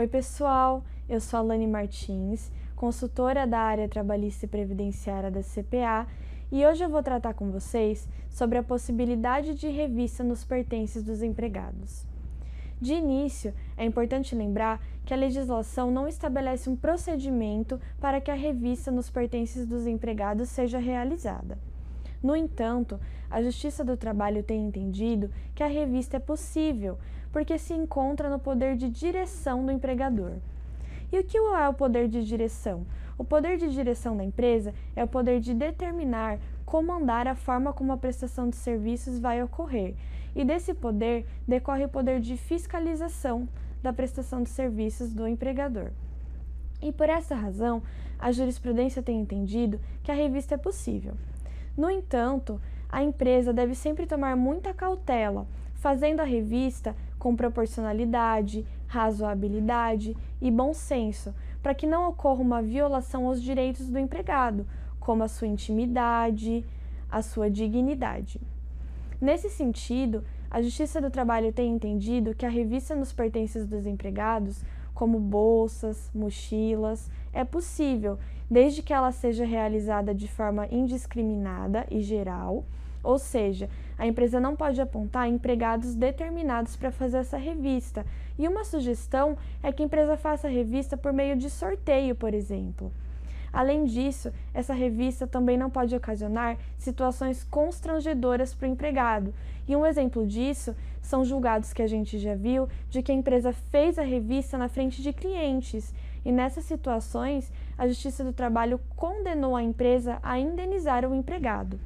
Oi, pessoal! Eu sou a Lani Martins, consultora da área trabalhista e previdenciária da CPA, e hoje eu vou tratar com vocês sobre a possibilidade de revista nos pertences dos empregados. De início, é importante lembrar que a legislação não estabelece um procedimento para que a revista nos pertences dos empregados seja realizada. No entanto, a Justiça do Trabalho tem entendido que a revista é possível, porque se encontra no poder de direção do empregador. E o que é o poder de direção? O poder de direção da empresa é o poder de determinar, comandar a forma como a prestação de serviços vai ocorrer, e desse poder decorre o poder de fiscalização da prestação de serviços do empregador. E por essa razão, a jurisprudência tem entendido que a revista é possível. No entanto, a empresa deve sempre tomar muita cautela, fazendo a revista com proporcionalidade, razoabilidade e bom senso, para que não ocorra uma violação aos direitos do empregado, como a sua intimidade, a sua dignidade. Nesse sentido, a Justiça do Trabalho tem entendido que a revista nos pertences dos empregados, como bolsas, mochilas, é possível, desde que ela seja realizada de forma indiscriminada e geral, ou seja, a empresa não pode apontar empregados determinados para fazer essa revista, e uma sugestão é que a empresa faça a revista por meio de sorteio, por exemplo. Além disso, essa revista também não pode ocasionar situações constrangedoras para o empregado. E um exemplo disso são julgados que a gente já viu de que a empresa fez a revista na frente de clientes. E nessas situações, a Justiça do Trabalho condenou a empresa a indenizar o empregado.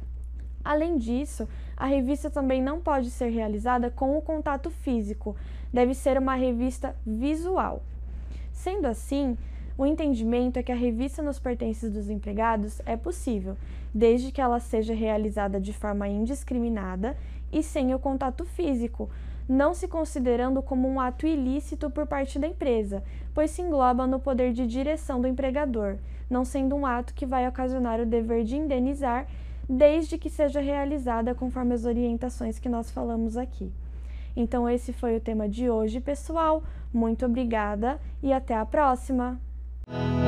Além disso, a revista também não pode ser realizada com o contato físico, deve ser uma revista visual. Sendo assim, o entendimento é que a revista nos pertences dos empregados é possível, desde que ela seja realizada de forma indiscriminada e sem o contato físico, não se considerando como um ato ilícito por parte da empresa, pois se engloba no poder de direção do empregador, não sendo um ato que vai ocasionar o dever de indenizar, desde que seja realizada conforme as orientações que nós falamos aqui. Então, esse foi o tema de hoje, pessoal. Muito obrigada e até a próxima!